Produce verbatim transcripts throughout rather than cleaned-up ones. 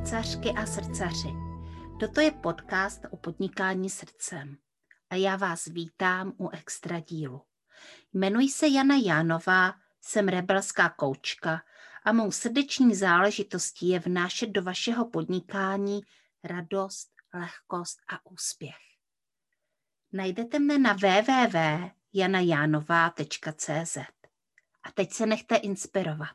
srdcařky a srdcaři. Toto je podcast o podnikání srdcem a já vás vítám u extra dílu. Jmenuji se Jana Jánová, jsem rebelská koučka a mou srdeční záležitostí je vnášet do vašeho podnikání radost, lehkost a úspěch. Najdete mne na w w w tečka jana jánová tečka c z. A teď se nechte inspirovat.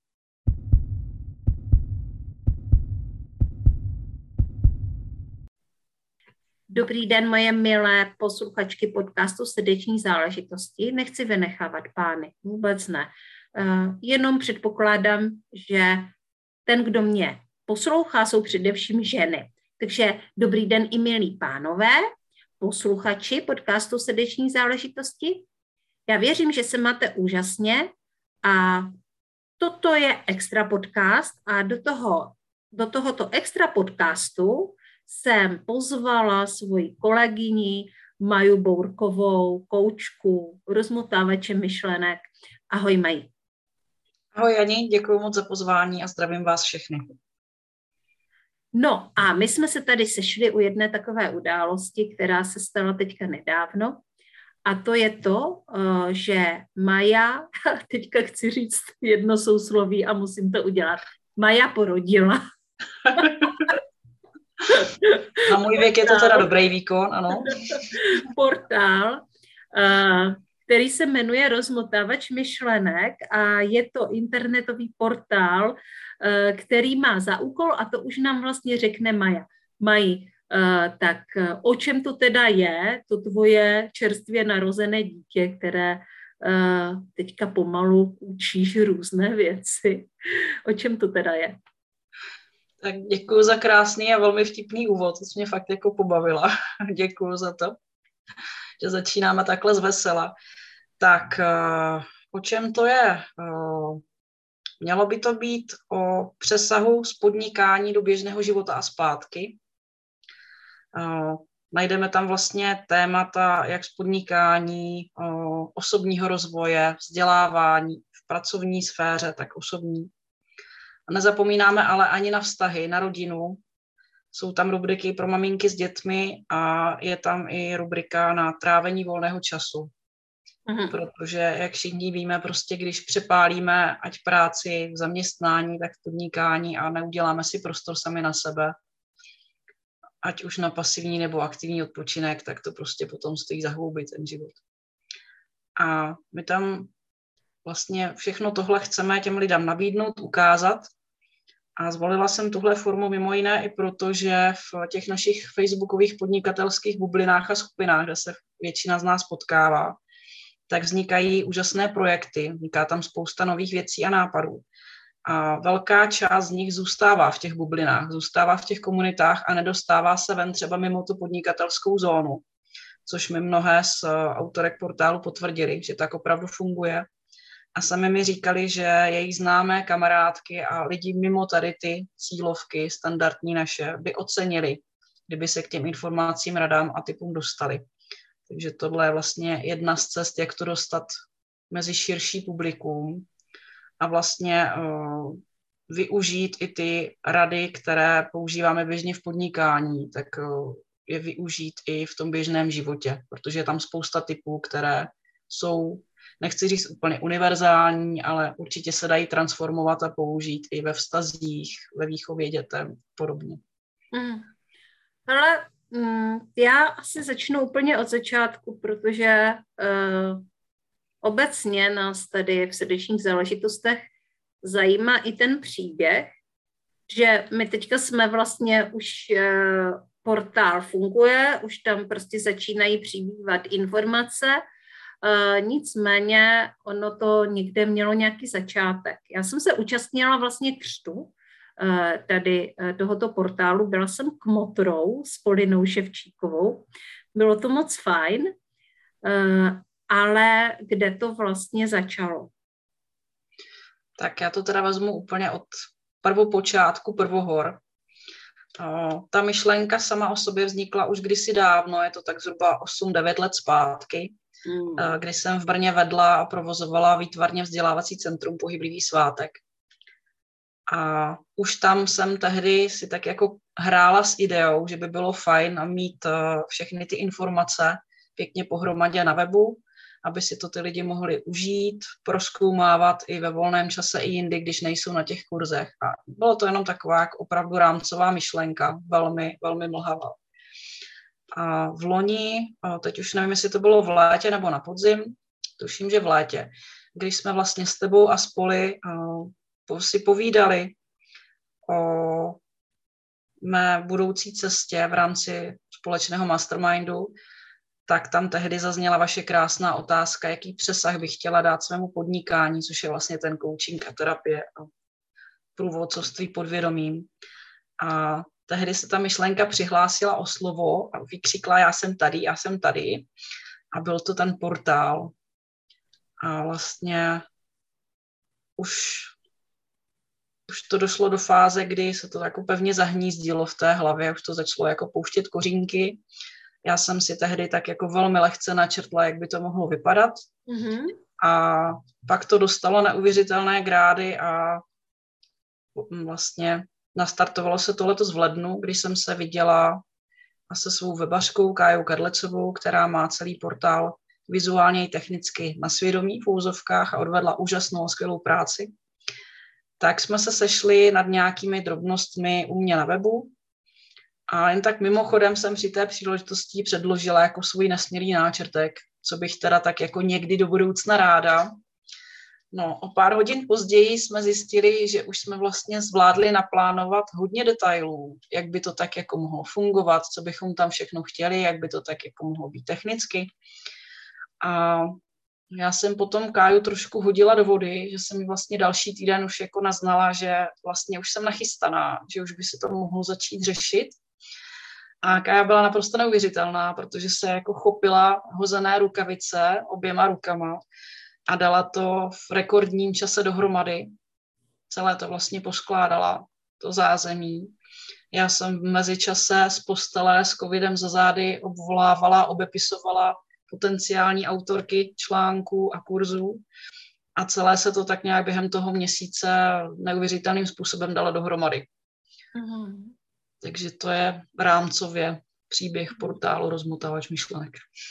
Dobrý den, moje milé posluchačky podcastu Srdeční záležitosti. Nechci vynechávat pány, vůbec ne. Uh, jenom předpokládám, že ten, kdo mě poslouchá, jsou především ženy. Takže dobrý den i milí pánové, posluchači podcastu Srdeční záležitosti. Já věřím, že se máte úžasně a toto je extra podcast a do toho, do tohoto extra podcastu jsem pozvala svoji kolegyni Maju Bourkovou, koučku, rozmotávače myšlenek. Ahoj, Maji. Ahoj, Jani, děkuji moc za pozvání a zdravím vás všechny. No a my jsme se tady sešli u jedné takové události, která se stala teďka nedávno. A to je to, že Maja, teďka chci říct jedno sousloví a musím to udělat, Maja porodila. Na můj věk je to teda dobrý výkon, ano. Portál, který se jmenuje Rozmotávač myšlenek a je to internetový portál, který má za úkol, a to už nám vlastně řekne Maja. Maji, tak o čem to teda je, to tvoje čerstvě narozené dítě, které teďka pomalu učíš různé věci. O čem to teda je? Tak děkuji za krásný a velmi vtipný úvod, to mě fakt jako pobavila. Děkuji za to, že začínáme takhle zvesela. Tak o čem to je? Mělo by to být o přesahu z podnikání do běžného života a zpátky. Najdeme tam vlastně témata jak z podnikání, osobního rozvoje, vzdělávání v pracovní sféře, tak osobní. A nezapomínáme ale ani na vztahy, na rodinu. Jsou tam rubriky pro maminky s dětmi a je tam i rubrika na trávení volného času. Uhum. Protože, jak všichni víme, prostě když přepálíme ať práci v zaměstnání, tak v podnikání a neuděláme si prostor sami na sebe, ať už na pasivní nebo aktivní odpočinek, tak to prostě potom stojí za hlouby ten život. A my tam vlastně všechno tohle chceme těm lidem nabídnout, ukázat. A zvolila jsem tuhle formu mimo jiné i proto, že v těch našich facebookových podnikatelských bublinách a skupinách, kde se většina z nás potkává, tak vznikají úžasné projekty, vzniká tam spousta nových věcí a nápadů. A velká část z nich zůstává v těch bublinách, zůstává v těch komunitách a nedostává se ven třeba mimo tu podnikatelskou zónu, což mi mnohé z autorek portálu potvrdili, že tak opravdu funguje. A sami mi říkali, že jejich známé kamarádky a lidi mimo tady ty cílovky, standardní naše, by ocenili, kdyby se k těm informacím, radám a typům dostali. Takže tohle je vlastně jedna z cest, jak to dostat mezi širší publikum a vlastně uh, využít i ty rady, které používáme běžně v podnikání, tak uh, je využít i v tom běžném životě, protože je tam spousta typů, které jsou, nechci říct úplně univerzální, ale určitě se dají transformovat a použít i ve vztazích, ve výchově dětem podobně. Mm. Ale mm, já asi začnu úplně od začátku, protože uh, obecně nás tady v srdečních záležitostech zajímá i ten příběh, že my teďka jsme vlastně už uh, portál funguje, už tam prostě začínají přibývat informace, uh, nicméně ono to někde mělo nějaký začátek. Já jsem se účastnila vlastně křtu uh, tady uh, tohoto portálu, byla jsem kmotrou s Polinou Ševčíkovou, bylo to moc fajn, uh, ale kde to vlastně začalo? Tak já to teda vezmu úplně od prvopočátku, prvohor. Ta myšlenka sama o sobě vznikla už kdysi dávno, je to tak zhruba osm devět let zpátky, mm. kdy jsem v Brně vedla a provozovala výtvarně vzdělávací centrum Pohyblivý svátek. A už tam jsem tehdy si tak jako hrála s ideou, že by bylo fajn mít všechny ty informace pěkně pohromadě na webu, aby si to ty lidi mohli užít, prozkoumávat i ve volném čase i jindy, když nejsou na těch kurzech. A bylo to jenom taková jak opravdu rámcová myšlenka, velmi, velmi mlhavá. A v loni, teď už nevím, jestli to bylo v létě nebo na podzim, tuším, že v létě, když jsme vlastně s tebou a spoli si povídali o mé budoucí cestě v rámci společného mastermindu, tak tam tehdy zazněla vaše krásná otázka, jaký přesah bych chtěla dát svému podnikání, což je vlastně ten coaching a terapie a průvodcovství podvědomím. A tehdy se ta myšlenka přihlásila o slovo a vykřikla, já jsem tady, já jsem tady. A byl to ten portál. A vlastně už, už to došlo do fáze, kdy se to jako pevně zahnízdilo v té hlavě, už to začalo jako pouštět kořínky. Já jsem si tehdy tak jako velmi lehce načrtla, jak by to mohlo vypadat. Mm-hmm. A pak to dostalo neuvěřitelné grády a vlastně nastartovalo se to letos v lednu, kdy jsem se viděla se svou webařkou Kájou Kadlecovou, která má celý portál vizuálně i technicky na svědomí v úzovkách a odvedla úžasnou a skvělou práci. Tak jsme se sešli nad nějakými drobnostmi u mě na webu a jen tak mimochodem jsem při té příležitosti předložila jako svůj nesmělý náčrtek, co bych teda tak jako někdy do budoucna ráda. No, o pár hodin později jsme zjistili, že už jsme vlastně zvládli naplánovat hodně detailů, jak by to tak jako mohlo fungovat, co bychom tam všechno chtěli, jak by to tak jako mohlo být technicky. A já jsem potom Káju trošku hodila do vody, že jsem mi vlastně další týden už jako naznala, že vlastně už jsem nachystaná, že už by se to mohlo začít řešit. A Kája byla naprosto neuvěřitelná, protože se jako chopila hozené rukavice oběma rukama a dala to v rekordním čase dohromady. Celé to vlastně poskládala, to zázemí. Já jsem v mezičase z postele s covidem za zády obvolávala, obepisovala potenciální autorky článků a kurzů a celé se to tak nějak během toho měsíce neuvěřitelným způsobem dalo dohromady. Mm. Takže to je rámcově příběh portálu Rozmotávač myšlenek.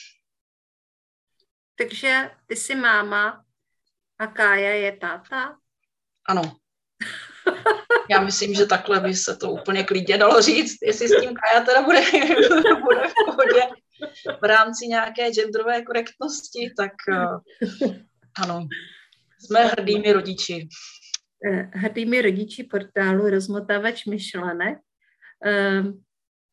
Takže ty jsi máma a Kája je táta? Ano. Já myslím, že takhle by se to úplně klidně dalo říct. Jestli s tím Kája teda bude, bude v pohodě v rámci nějaké genderové korektnosti, tak uh, ano, jsme hrdými rodiči. Hrdými rodiči portálu Rozmotávač myšlenek. Um,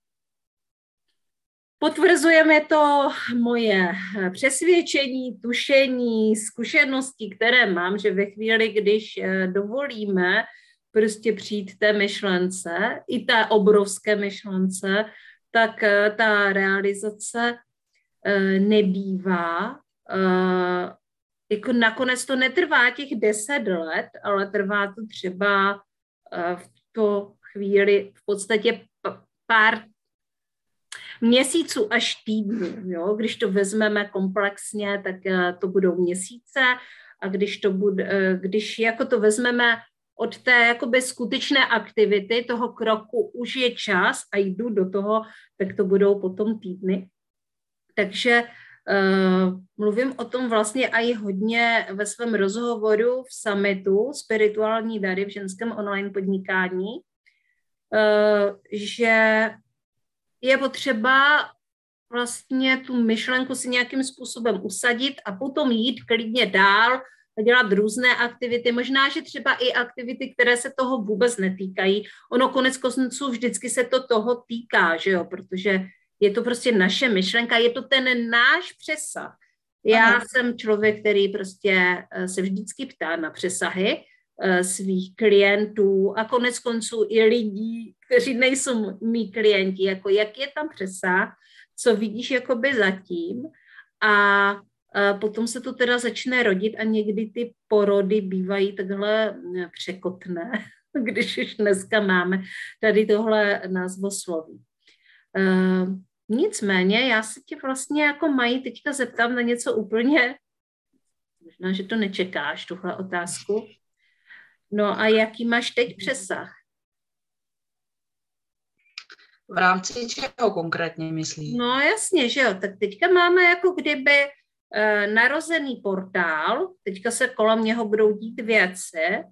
Potvrzujeme to moje přesvědčení, tušení, zkušenosti, které mám, že ve chvíli, když dovolíme prostě přijít té myšlence, i té obrovské myšlence, tak ta realizace nebývá. Jako nakonec to netrvá těch deset let, ale trvá to třeba v to chvíli v podstatě pár měsíců až týdnů. Jo? Když to vezmeme komplexně, tak to budou měsíce a když, to bude, když jako to vezmeme od té jakoby skutečné aktivity, toho kroku už je čas a jdu do toho, tak to budou potom týdny. Takže uh, mluvím o tom vlastně i hodně ve svém rozhovoru v summitu Spirituální dary v ženském online podnikání, uh, že je potřeba vlastně tu myšlenku si nějakým způsobem usadit a potom jít klidně dál a dělat různé aktivity, možná, že třeba i aktivity, které se toho vůbec netýkají. Ono konec konců vždycky se to toho týká, že jo, protože je to prostě naše myšlenka, je to ten náš přesah. Já Aha. jsem člověk, který prostě se vždycky ptá na přesahy svých klientů a konec konců i lidí, kteří nejsou mý klienti, jako jak je tam přesah, co vidíš jakoby zatím a, a potom se to teda začne rodit a někdy ty porody bývají takhle překotné, když už dneska máme tady tohle názvosloví. Uh, nicméně já se tě vlastně jako mají teďka zeptám na něco úplně, možná, že to nečekáš, tuhle otázku. No a jaký máš teď přesah? V rámci čeho konkrétně myslíš? No jasně, že jo. Tak teďka máme jako kdyby e, narozený portál, teďka se kolem něho budou dít věci. E,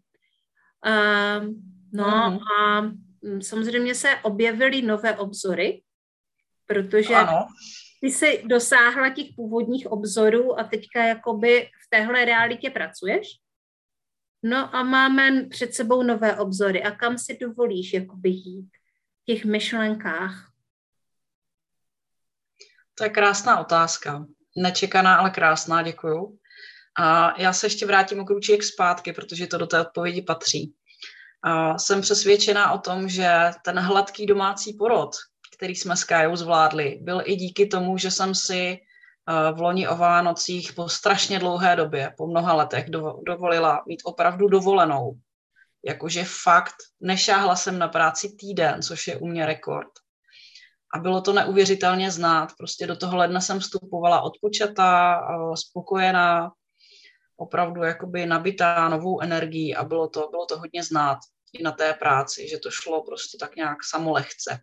no mm-hmm. a m, samozřejmě se objevily nové obzory, protože ano. ty jsi dosáhla těch původních obzorů a teďka jakoby v téhle realitě pracuješ. No a máme před sebou nové obzory. A kam si dovolíš jakoby jít v těch myšlenkách? To je krásná otázka. Nečekaná, ale krásná, děkuju. A já se ještě vrátím o krůček zpátky, protože to do té odpovědi patří. A jsem přesvědčená o tom, že ten hladký domácí porod, který jsme s Kájou zvládli, byl i díky tomu, že jsem si v loni o Vánocích po strašně dlouhé době, po mnoha letech, dovolila mít opravdu dovolenou. Jakože fakt nešáhla jsem na práci týden, což je u mě rekord. A bylo to neuvěřitelně znát. Prostě do toho ledna jsem vstupovala odpočatá, spokojená, opravdu jakoby nabitá novou energií a bylo to, bylo to hodně znát i na té práci, že to šlo prostě tak nějak samolehce.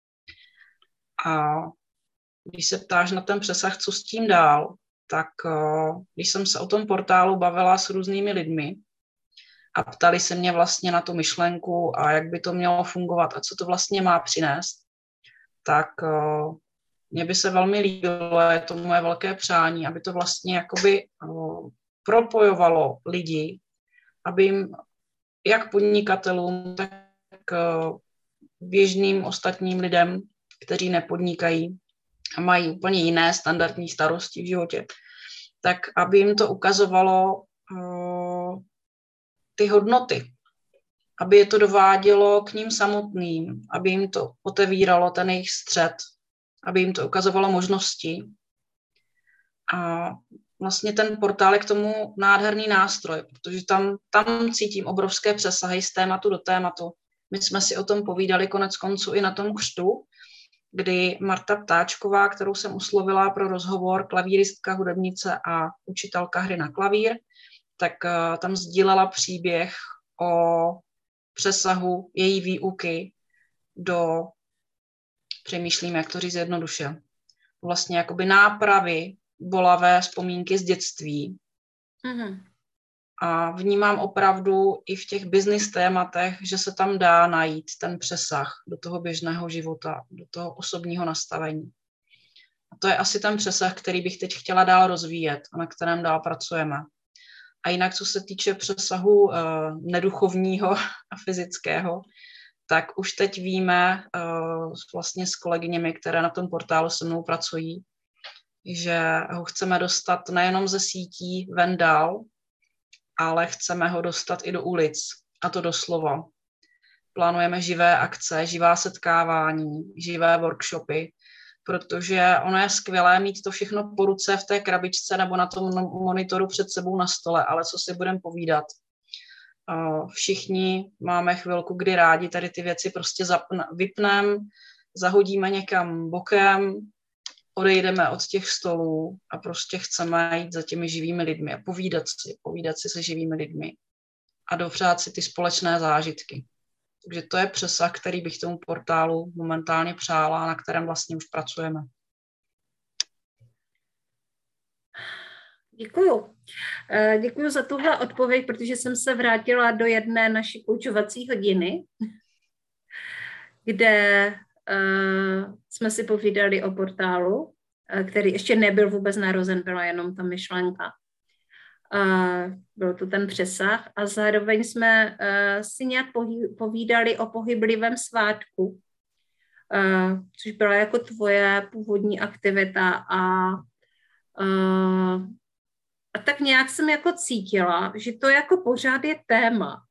A když se ptáš na ten přesah, co s tím dál, tak když jsem se o tom portálu bavila s různými lidmi a ptali se mě vlastně na tu myšlenku a jak by to mělo fungovat a co to vlastně má přinést, tak mně by se velmi líbilo, je to moje velké přání, aby to vlastně jakoby propojovalo lidi, aby jim jak podnikatelům, tak běžným ostatním lidem, kteří nepodnikají a mají úplně jiné standardní starosti v životě, tak aby jim to ukazovalo uh, ty hodnoty, aby je to dovádělo k ním samotným, aby jim to otevíralo ten jejich střed, aby jim to ukazovalo možnosti. A vlastně ten portál je k tomu nádherný nástroj, protože tam, tam cítím obrovské přesahy z tématu do tématu. My jsme si o tom povídali konec konců i na tom křtu, kdy Marta Ptáčková, kterou jsem uslovila pro rozhovor, klavíristka, hudebnice a učitelka hry na klavír, tak uh, tam sdílela příběh o přesahu její výuky do, přemýšlím, jak to říct jednoduše, vlastně jakoby nápravy bolavé vzpomínky z dětství. Mm-hmm. A vnímám opravdu i v těch business tématech, že se tam dá najít ten přesah do toho běžného života, do toho osobního nastavení. A to je asi ten přesah, který bych teď chtěla dál rozvíjet a na kterém dál pracujeme. A jinak, co se týče přesahu uh, neduchovního a fyzického, tak už teď víme uh, vlastně s kolegyněmi, které na tom portálu se mnou pracují, že ho chceme dostat nejenom ze sítí ven dál, ale chceme ho dostat i do ulic, a to doslova. Plánujeme živé akce, živá setkávání, živé workshopy, protože ono je skvělé mít to všechno po ruce v té krabičce nebo na tom monitoru před sebou na stole, ale co si budeme povídat. Všichni máme chvilku, kdy rádi tady ty věci prostě vypneme, zahodíme někam bokem, odejdeme od těch stolů a prostě chceme jít za těmi živými lidmi a povídat si, povídat si se živými lidmi a dopřát si ty společné zážitky. Takže to je přesah, který bych tomu portálu momentálně přála a na kterém vlastně už pracujeme. Děkuju. Děkuju za tuhle odpověď, protože jsem se vrátila do jedné naší koučovací hodiny, kde Uh, jsme si povídali o portálu, uh, který ještě nebyl vůbec narozen, byla jenom ta myšlenka. Uh, byl to ten přesah a zároveň jsme uh, si nějak pohy- povídali o pohyblivém svátku, uh, což byla jako tvoje původní aktivita a, uh, a tak nějak jsem jako cítila, že to jako pořád je téma.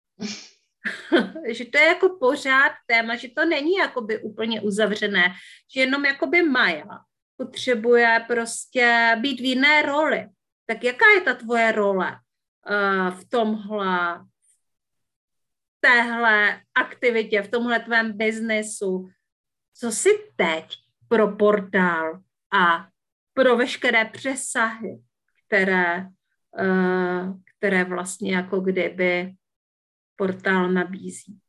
Že to je jako pořád téma, že to není jakoby úplně uzavřené, že jenom jakoby Maja potřebuje prostě být v jiné roli. Tak jaká je ta tvoje role uh, v tomhle, v téhle aktivitě, v tomhle tvém biznesu? Co jsi teď pro portál a pro veškeré přesahy, které, uh, které vlastně jako kdyby portál nabízí?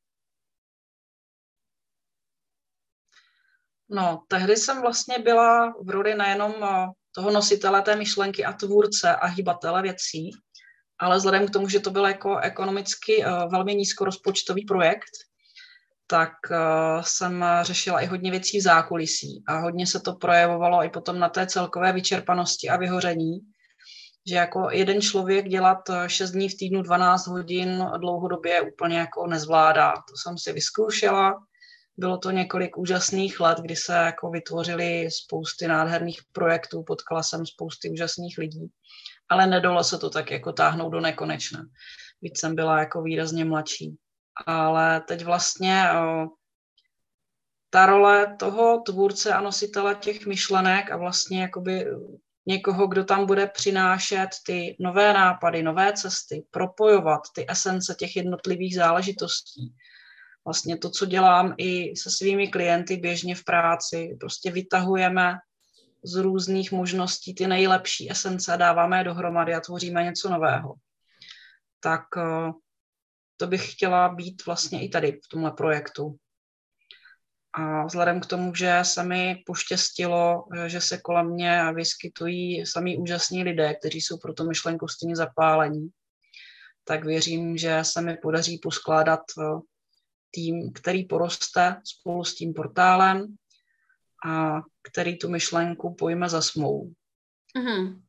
No, tehdy jsem vlastně byla v roli nejenom toho nositele té myšlenky a tvůrce a hýbatele věcí, ale vzhledem k tomu, že to byl jako ekonomicky velmi nízkorozpočtový projekt, tak jsem řešila i hodně věcí v zákulisí a hodně se to projevovalo i potom na té celkové vyčerpanosti a vyhoření, že jako jeden člověk dělat šest dní v týdnu dvanáct hodin dlouhodobě úplně jako nezvládá. To jsem si vyzkoušela. Bylo to několik úžasných let, kdy se jako vytvořily spousty nádherných projektů, potkala jsem spousty úžasných lidí, ale nedalo se to tak jako táhnout do nekonečna. Víc jsem byla jako výrazně mladší. Ale teď vlastně o, ta role toho tvůrce a nositele těch myšlenek a vlastně jakoby někoho, kdo tam bude přinášet ty nové nápady, nové cesty, propojovat ty esence těch jednotlivých záležitostí. Vlastně to, co dělám i se svými klienty běžně v práci, prostě vytahujeme z různých možností ty nejlepší esence, dáváme je dohromady a tvoříme něco nového. Tak to bych chtěla být vlastně i tady v tomhle projektu. A vzhledem k tomu, že se mi poštěstilo, že se kolem mě vyskytují samí úžasní lidé, kteří jsou pro tu myšlenku stejně zapálení, tak věřím, že se mi podaří poskládat tým, který poroste spolu s tím portálem a který tu myšlenku pojme za smlouvu. Mm-hmm.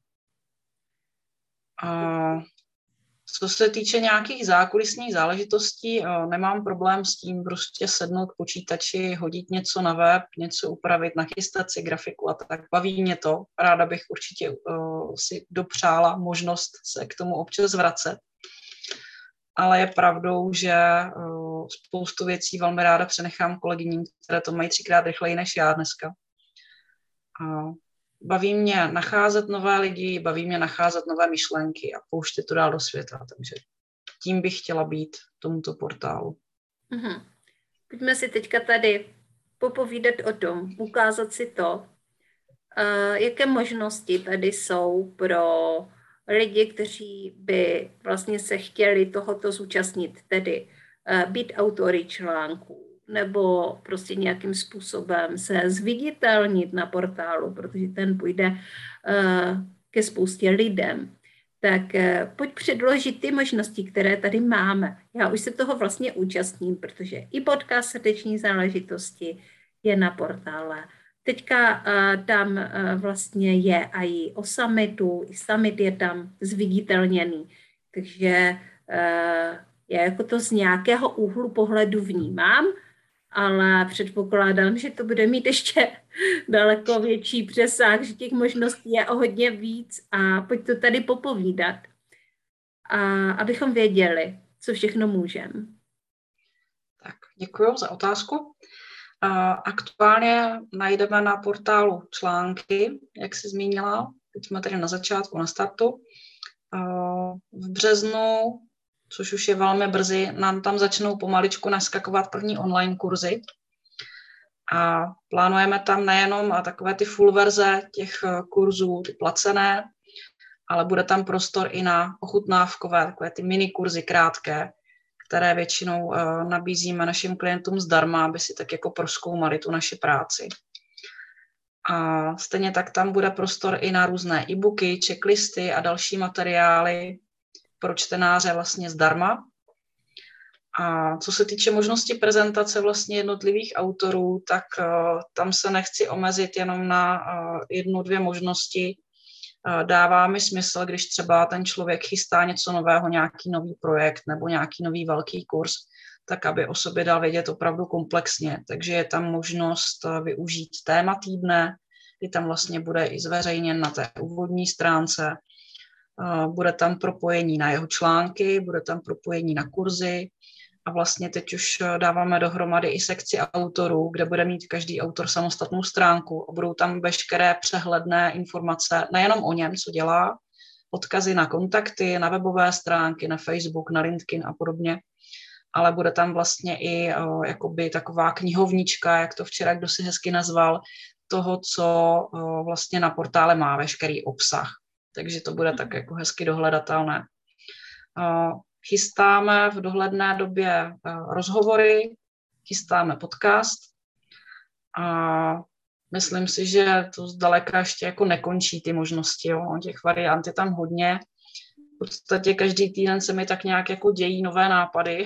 A co se týče nějakých zákulisních záležitostí, nemám problém s tím prostě sednout k počítači, hodit něco na web, něco upravit, nachystat si grafiku a tak. Baví mě to. Ráda bych určitě uh, si dopřála možnost se k tomu občas vracet. Ale je pravdou, že uh, spoustu věcí velmi ráda přenechám kolegyním, které to mají třikrát rychleji než já dneska. A baví mě nacházet nové lidi, baví mě nacházet nové myšlenky a pouštět to dál do světa. Takže tím bych chtěla být tomuto portálu. Mm-hmm. Pojďme si teďka tady popovídat o tom, ukázat si to, uh, jaké možnosti tady jsou pro lidi, kteří by vlastně se chtěli tohoto zúčastnit, tedy uh, být autory článků, nebo prostě nějakým způsobem se zviditelnit na portálu, protože ten půjde uh, ke spoustě lidem. Tak uh, pojď předložit ty možnosti, které tady máme. Já už se toho vlastně účastním, protože i podcast Srdeční záležitosti je na portále. Teďka uh, tam uh, vlastně je i o summitu, i summit je tam zviditelněný. Takže uh, já jako to z nějakého úhlu pohledu vnímám, ale předpokládám, že to bude mít ještě daleko větší přesah, že těch možností je o hodně víc a pojď to tady popovídat, a abychom věděli, co všechno můžeme. Tak, děkuji za otázku. Aktuálně najdeme na portálu články, jak jsi zmínila, teď jsme tady na začátku, na startu. V březnu, což už je velmi brzy, nám tam začnou pomaličku naskakovat první online kurzy. A plánujeme tam nejenom takové ty full verze těch kurzů, ty placené, ale bude tam prostor i na ochutnávkové, takové ty mini kurzy krátké, které většinou uh, nabízíme našim klientům zdarma, aby si tak jako prozkoumali tu naši práci. A stejně tak tam bude prostor i na různé e-booky, checklisty a další materiály pro čtenáře vlastně zdarma. A co se týče možnosti prezentace vlastně jednotlivých autorů, tak uh, tam se nechci omezit jenom na uh, jednu, dvě možnosti. Uh, dává mi smysl, když třeba ten člověk chystá něco nového, nějaký nový projekt nebo nějaký nový velký kurz, tak aby o sobě dal vědět opravdu komplexně. Takže je tam možnost uh, využít téma týdne, kdy tam vlastně bude i zveřejněn na té úvodní stránce. Uh, bude tam propojení na jeho články, bude tam propojení na kurzy. A vlastně teď už dáváme dohromady i sekci autorů, kde bude mít každý autor samostatnou stránku a budou tam veškeré přehledné informace, nejenom o něm, co dělá, odkazy na kontakty, na webové stránky, na Facebook, na LinkedIn a podobně, ale bude tam vlastně i o, jakoby taková knihovnička, jak to včera kdo si hezky nazval, toho, co o, vlastně na portále má veškerý obsah. Takže to bude tak jako hezky dohledatelné. chystáme v dohledné době rozhovory, chystáme podcast a myslím si, že to zdaleka ještě jako nekončí ty možnosti. Jo. Těch variant je tam hodně. V podstatě každý týden se mi tak nějak jako dějí nové nápady.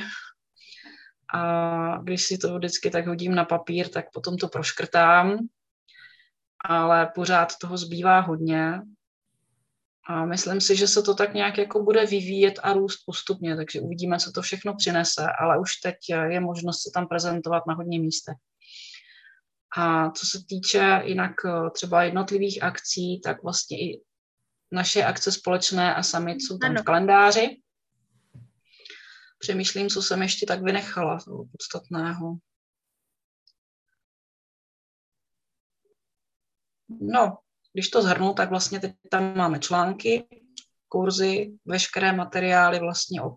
A když si to vždycky tak hodím na papír, tak potom to proškrtám. Ale pořád toho zbývá hodně. A myslím si, že se to tak nějak jako bude vyvíjet a růst postupně, takže uvidíme, co to všechno přinese, ale už teď je možnost se tam prezentovat na hodně místech. A co se týče jinak třeba jednotlivých akcí, tak vlastně i naše akce společné a summit jsou tam v kalendáři. Přemýšlím, co jsem ještě tak vynechala toho podstatného. No, když to shrnu, tak vlastně teď tam máme články, kurzy, veškeré materiály vlastně od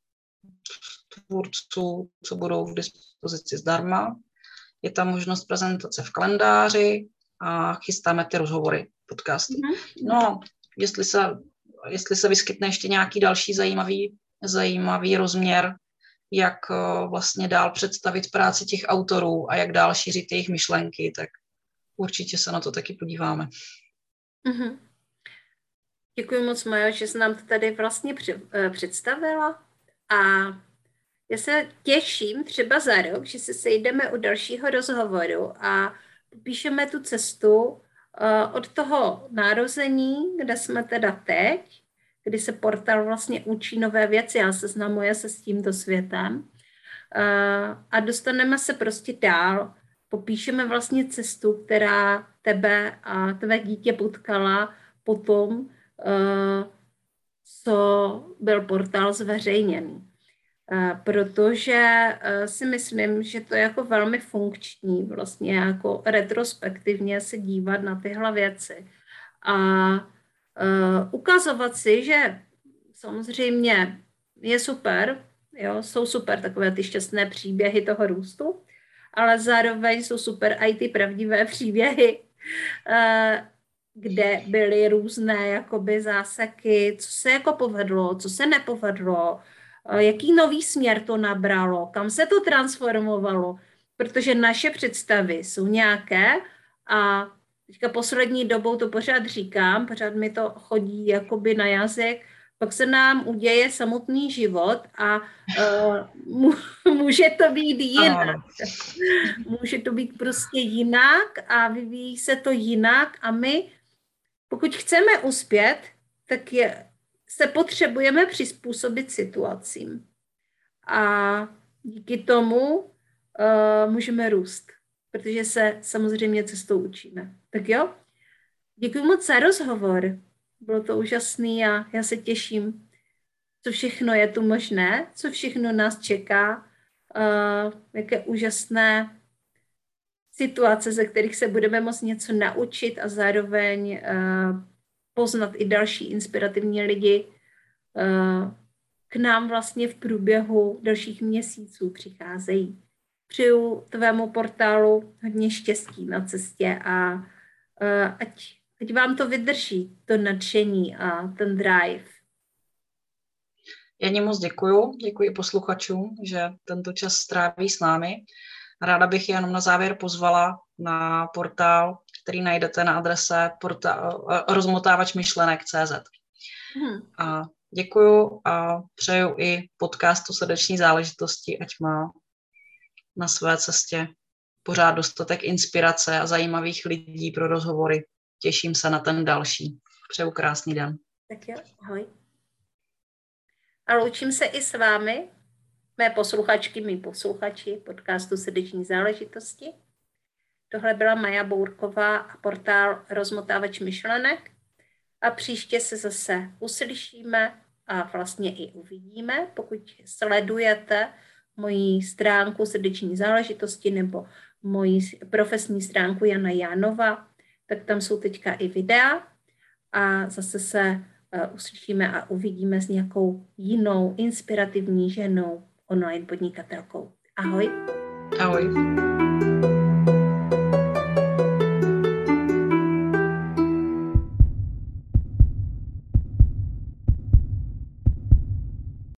tvůrců, co budou v dispozici zdarma. Je tam možnost prezentace v kalendáři a chystáme ty rozhovory, podcasty. No, jestli se, jestli se vyskytne ještě nějaký další zajímavý, zajímavý rozměr, jak vlastně dál představit práci těch autorů a jak dál šířit jejich myšlenky, tak určitě se na to taky podíváme. Mm-hmm. Děkuji moc, Majo, že jsi nám to tady vlastně představila a já se těším třeba za rok, že se sejdeme u dalšího rozhovoru a popíšeme tu cestu od toho narození, kde jsme teda teď, kdy se portál vlastně učí nové věci a seznamuje se s tímto světem a dostaneme se prostě dál. Popíšeme vlastně cestu, která tebe a tvé dítě potkala potom, co byl portál zveřejněný. Protože si myslím, že to je jako velmi funkční vlastně jako retrospektivně se dívat na tyhle věci a ukazovat si, že samozřejmě je super, jo, jsou super takové ty šťastné příběhy toho růstu, ale zároveň jsou super i ty pravdivé příběhy, kde byly různé jakoby záseky, co se jako povedlo, co se nepovedlo, jaký nový směr to nabralo, kam se to transformovalo, protože naše představy jsou nějaké a teďka poslední dobou to pořád říkám, pořád mi to chodí jakoby na jazyk, pak se nám uděje samotný život a uh, může to být jinak. Může to být prostě jinak a vyvíjí se to jinak a my, pokud chceme uspět, tak je, se potřebujeme přizpůsobit situacím. A díky tomu uh, můžeme růst, protože se samozřejmě cestou učíme. Tak jo? Děkuji moc za rozhovor. Bylo to úžasný a já se těším, co všechno je tu možné, co všechno nás čeká, uh, jaké úžasné situace, ze kterých se budeme moct něco naučit a zároveň uh, poznat i další inspirativní lidi. Uh, k nám vlastně v průběhu dalších měsíců přicházejí. Přeju tvému portálu hodně štěstí na cestě a uh, ať Ať vám to vydrží, to nadšení a ten drive. Já ní moc děkuju, děkuji posluchačům, že tento čas stráví s námi. Ráda bych je jenom na závěr pozvala na portál, který najdete na adrese portál, rozmotávač myšlenek tečka cé zet. Hmm. A děkuju a přeju i podcastu Srdeční záležitosti, ať má na své cestě pořád dostatek inspirace a zajímavých lidí pro rozhovory. Těším se na ten další. Přeju krásný den. Tak jo, ahoj. A loučím se i s vámi, mé posluchačky, mý posluchači podcastu Srdeční záležitosti. Tohle byla Maja Bourková a portál Rozmotávač myšlenek. A příště se zase uslyšíme a vlastně i uvidíme, pokud sledujete moji stránku Srdeční záležitosti nebo moji profesní stránku Jana Jánova, tak tam jsou teďka i videa a zase se uh, uslyšíme a uvidíme s nějakou jinou inspirativní ženou, online podnikatelkou. Ahoj. Ahoj.